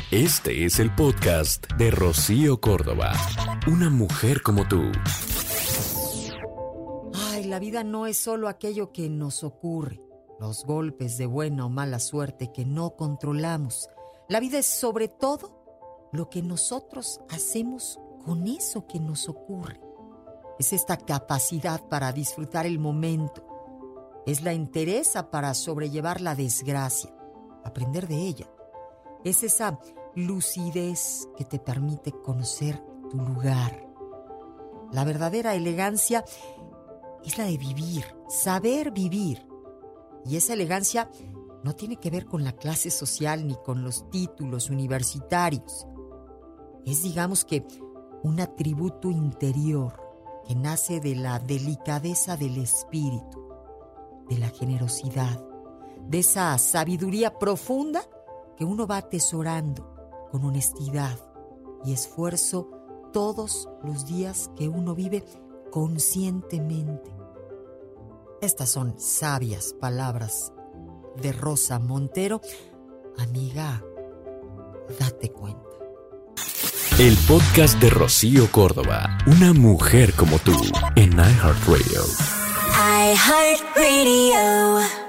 Este es el podcast de Rocío Córdoba, una mujer como tú. Ay, la vida no es solo aquello que nos ocurre, los golpes de buena o mala suerte que no controlamos. La vida es sobre todo lo que nosotros hacemos con eso que nos ocurre. Es esta capacidad para disfrutar el momento. Es la entereza para sobrellevar la desgracia, aprender de ella. Es esa lucidez que te permite conocer tu lugar. La verdadera elegancia es la de vivir, saber vivir. Y esa elegancia no tiene que ver con la clase social ni con los títulos universitarios. Es, digamos que, un atributo interior que nace de la delicadeza del espíritu, de la generosidad, de esa sabiduría profunda que uno va atesorando con honestidad y esfuerzo todos los días que uno vive conscientemente. Estas son sabias palabras de Rosa Montero. Amiga, date cuenta. El podcast de Rocío Córdoba, una mujer como tú, en iHeartRadio. iHeartRadio.